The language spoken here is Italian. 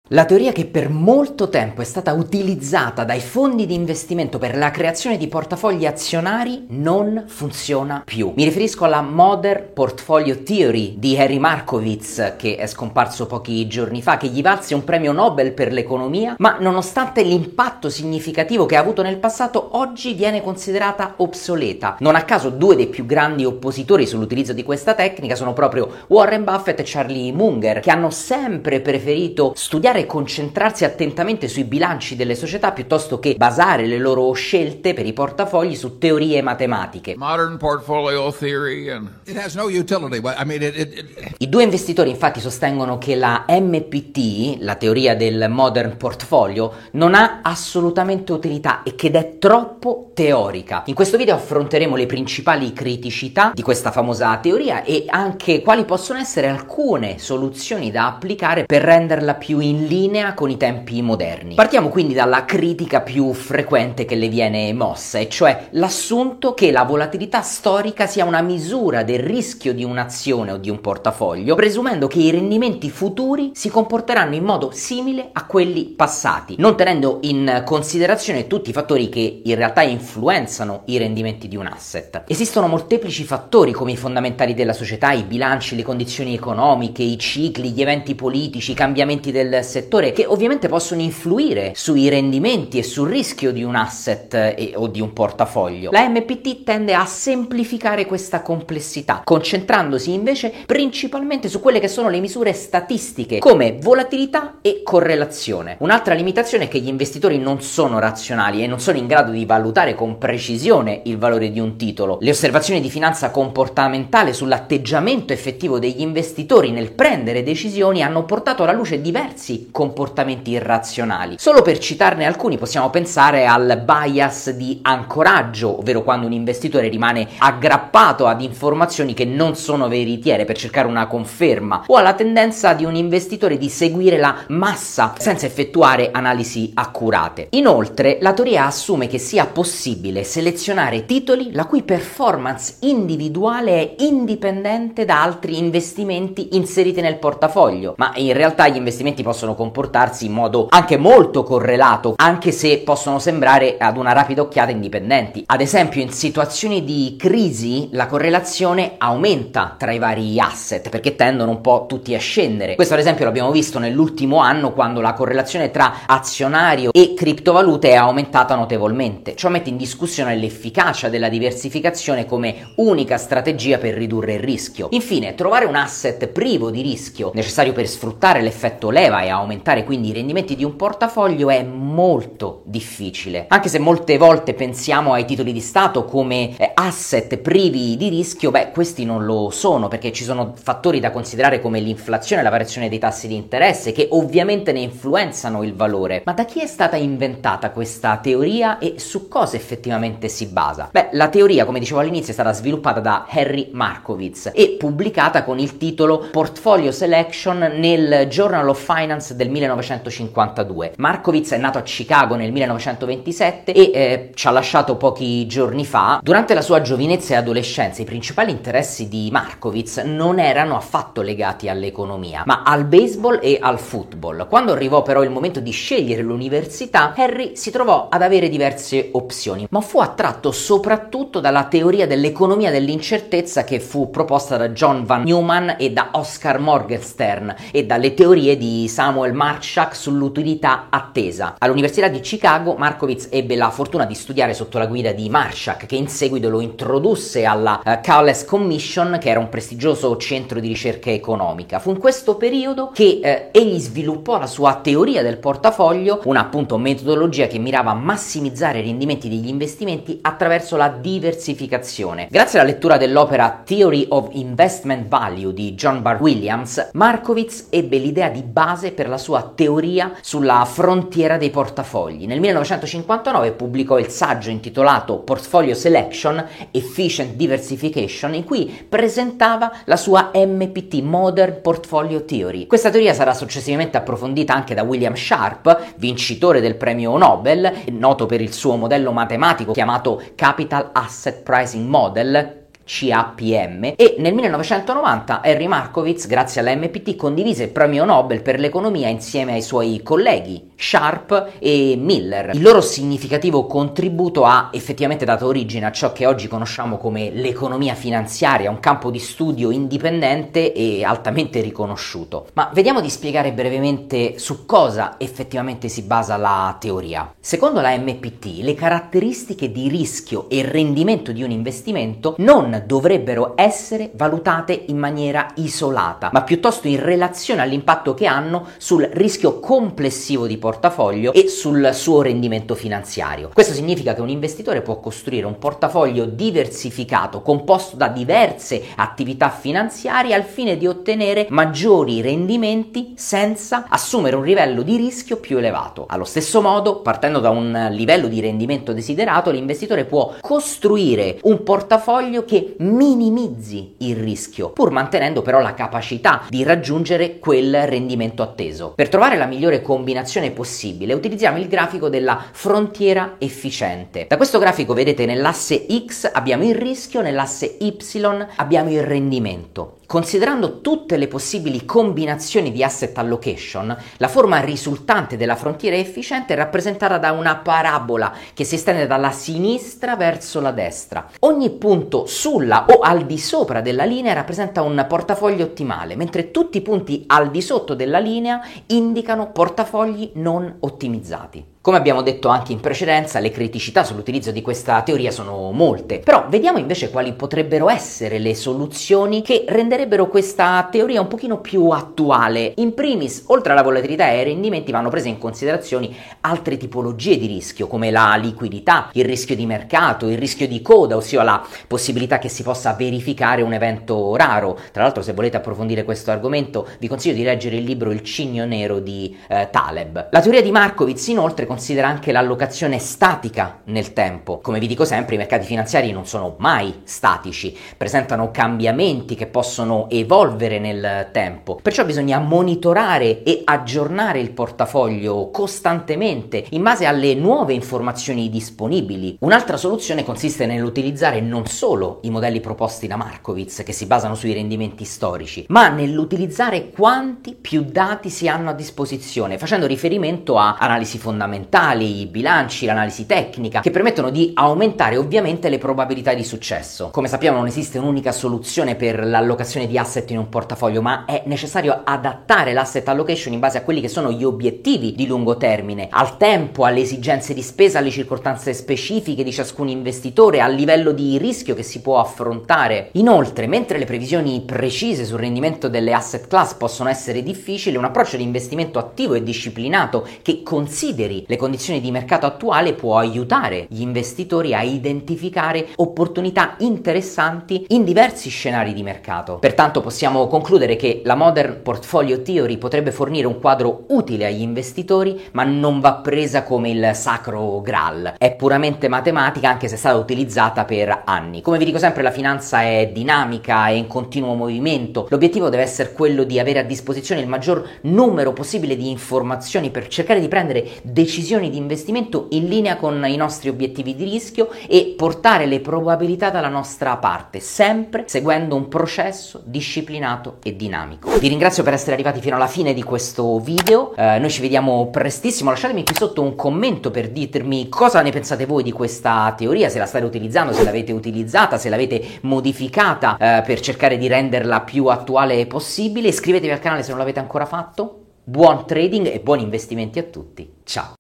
La teoria che per molto tempo è stata utilizzata dai fondi di investimento per la creazione di portafogli azionari non funziona più. Mi riferisco alla Modern Portfolio Theory di Harry Markowitz, che è scomparso pochi giorni fa, che gli valse un premio Nobel per l'economia, ma nonostante l'impatto significativo che ha avuto nel passato, oggi viene considerata obsoleta. Non a caso due dei più grandi oppositori sull'utilizzo di questa tecnica sono proprio Warren Buffett e Charlie Munger, che hanno sempre preferito studiare e concentrarsi attentamente sui bilanci delle società piuttosto che basare le loro scelte per i portafogli su teorie matematiche. Modern portfolio theory and it has no utility. I mean, I due investitori infatti sostengono che la MPT, la teoria del Modern Portfolio, non ha assolutamente utilità e che è troppo teorica. In questo video affronteremo le principali criticità di questa famosa teoria e anche quali possono essere alcune soluzioni da applicare per renderla più in linea con i tempi moderni. Partiamo quindi dalla critica più frequente che le viene mossa, e cioè l'assunto che la volatilità storica sia una misura del rischio di un'azione o di un portafoglio, presumendo che i rendimenti futuri si comporteranno in modo simile a quelli passati, non tenendo in considerazione tutti i fattori che in realtà influenzano i rendimenti di un asset. Esistono molteplici fattori come i fondamentali della società, i bilanci, le condizioni economiche, i cicli, gli eventi politici, i cambiamenti del settore, che ovviamente possono influire sui rendimenti e sul rischio di un asset o di un portafoglio. La MPT tende a semplificare questa complessità, concentrandosi invece principalmente su quelle che sono le misure statistiche come volatilità e correlazione. Un'altra limitazione è che gli investitori non sono razionali e non sono in grado di valutare con precisione il valore di un titolo. Le osservazioni di finanza comportamentale sull'atteggiamento effettivo degli investitori nel prendere decisioni hanno portato alla luce diversi comportamenti irrazionali. Solo per citarne alcuni possiamo pensare al bias di ancoraggio, ovvero quando un investitore rimane aggrappato ad informazioni che non sono veritiere per cercare una conferma, o alla tendenza di un investitore di seguire la massa senza effettuare analisi accurate. Inoltre, la teoria assume che sia possibile selezionare titoli la cui performance individuale è indipendente da altri investimenti inseriti nel portafoglio, ma in realtà gli investimenti possono comportarsi in modo anche molto correlato, anche se possono sembrare ad una rapida occhiata indipendenti. Ad esempio, in situazioni di crisi la correlazione aumenta tra i vari asset perché tendono un po' tutti a scendere. Questo ad esempio l'abbiamo visto nell'ultimo anno, quando la correlazione tra azionario e criptovalute è aumentata notevolmente. Ciò mette in discussione l'efficacia della diversificazione come unica strategia per ridurre il rischio. Infine, trovare un asset privo di rischio necessario per sfruttare l'effetto leva e aumentare quindi i rendimenti di un portafoglio è molto difficile. Anche se molte volte pensiamo ai titoli di Stato come asset privi di rischio, questi non lo sono, perché ci sono fattori da considerare come l'inflazione e la variazione dei tassi di interesse che ovviamente ne influenzano il valore. Ma da chi è stata inventata questa teoria e su cosa effettivamente si basa? La teoria, come dicevo all'inizio, è stata sviluppata da Harry Markowitz e pubblicata con il titolo Portfolio Selection nel Journal of Finance del 1952. Markowitz è nato a Chicago nel 1927 e ci ha lasciato pochi giorni fa. Durante la sua giovinezza e adolescenza i principali interessi di Markowitz non erano affatto legati all'economia, ma al baseball e al football. Quando arrivò però il momento di scegliere l'università, Harry si trovò ad avere diverse opzioni, ma fu attratto soprattutto dalla teoria dell'economia dell'incertezza che fu proposta da John von Neumann e da Oscar Morgenstern e dalle teorie di Samuel Marshak sull'utilità attesa. All'Università di Chicago Markowitz ebbe la fortuna di studiare sotto la guida di Marshak, che in seguito lo introdusse alla Cowles Commission, che era un prestigioso centro di ricerca economica. Fu in questo periodo che egli sviluppò la sua teoria del portafoglio, una appunto metodologia che mirava a massimizzare i rendimenti degli investimenti attraverso la diversificazione. Grazie alla lettura dell'opera Theory of Investment Value di John Barr Williams, Markowitz ebbe l'idea di base per la sua teoria sulla frontiera dei portafogli. Nel 1959 pubblicò il saggio intitolato Portfolio Selection Efficient Diversification, in cui presentava la sua MPT, Modern Portfolio Theory. Questa teoria sarà successivamente approfondita anche da William Sharpe, vincitore del premio Nobel, noto per il suo modello matematico chiamato Capital Asset Pricing Model, CAPM, e nel 1990 Henry Markowitz, grazie alla MPT, condivise il premio Nobel per l'economia insieme ai suoi colleghi Sharpe e Miller. Il loro significativo contributo ha effettivamente dato origine a ciò che oggi conosciamo come l'economia finanziaria, un campo di studio indipendente e altamente riconosciuto. Ma vediamo di spiegare brevemente su cosa effettivamente si basa la teoria. Secondo la MPT, le caratteristiche di rischio e rendimento di un investimento non dovrebbero essere valutate in maniera isolata, ma piuttosto in relazione all'impatto che hanno sul rischio complessivo di portafoglio e sul suo rendimento finanziario. Questo significa che un investitore può costruire un portafoglio diversificato composto da diverse attività finanziarie al fine di ottenere maggiori rendimenti senza assumere un livello di rischio più elevato. Allo stesso modo, partendo da un livello di rendimento desiderato, l'investitore può costruire un portafoglio che minimizzi il rischio, pur mantenendo però la capacità di raggiungere quel rendimento atteso. Per trovare la migliore combinazione possibile, utilizziamo il grafico della frontiera efficiente. Da questo grafico vedete nell'asse X abbiamo il rischio, nell'asse Y abbiamo il rendimento. Considerando tutte le possibili combinazioni di asset allocation, la forma risultante della frontiera efficiente è rappresentata da una parabola che si estende dalla sinistra verso la destra. Ogni punto sulla o al di sopra della linea rappresenta un portafoglio ottimale, mentre tutti i punti al di sotto della linea indicano portafogli non ottimizzati. Come abbiamo detto anche in precedenza, le criticità sull'utilizzo di questa teoria sono molte, però vediamo invece quali potrebbero essere le soluzioni che renderebbero questa teoria un pochino più attuale. In primis, oltre alla volatilità e ai rendimenti, vanno prese in considerazione altre tipologie di rischio, come la liquidità, il rischio di mercato, il rischio di coda, ossia la possibilità che si possa verificare un evento raro. Tra l'altro, se volete approfondire questo argomento, vi consiglio di leggere il libro Il Cigno Nero di Taleb. La teoria di Markowitz, inoltre, considera anche l'allocazione statica nel tempo. Come vi dico sempre, i mercati finanziari non sono mai statici, presentano cambiamenti che possono evolvere nel tempo, perciò bisogna monitorare e aggiornare il portafoglio costantemente in base alle nuove informazioni disponibili. Un'altra soluzione consiste nell'utilizzare non solo i modelli proposti da Markowitz, che si basano sui rendimenti storici, ma nell'utilizzare quanti più dati si hanno a disposizione, facendo riferimento a analisi fondamentali, i bilanci, l'analisi tecnica, che permettono di aumentare ovviamente le probabilità di successo. Come sappiamo, non esiste un'unica soluzione per l'allocazione di asset in un portafoglio, ma è necessario adattare l'asset allocation in base a quelli che sono gli obiettivi di lungo termine, al tempo, alle esigenze di spesa, alle circostanze specifiche di ciascun investitore, al livello di rischio che si può affrontare. Inoltre, mentre le previsioni precise sul rendimento delle asset class possono essere difficili, un approccio di investimento attivo e disciplinato che consideri le condizioni di mercato attuale può aiutare gli investitori a identificare opportunità interessanti in diversi scenari di mercato. Pertanto possiamo concludere che la Modern Portfolio Theory potrebbe fornire un quadro utile agli investitori, ma non va presa come il sacro Graal. È puramente matematica, anche se è stata utilizzata per anni. Come vi dico sempre, la finanza è dinamica, è in continuo movimento. L'obiettivo deve essere quello di avere a disposizione il maggior numero possibile di informazioni per cercare di prendere decisioni di investimento in linea con i nostri obiettivi di rischio e portare le probabilità dalla nostra parte, sempre seguendo un processo disciplinato e dinamico. Vi ringrazio per essere arrivati fino alla fine di questo video, noi ci vediamo prestissimo. Lasciatemi qui sotto un commento per dirmi cosa ne pensate voi di questa teoria, se la state utilizzando, se l'avete utilizzata, se l'avete modificata per cercare di renderla più attuale possibile. Iscrivetevi al canale se non l'avete ancora fatto. Buon trading e buoni investimenti a tutti. Ciao!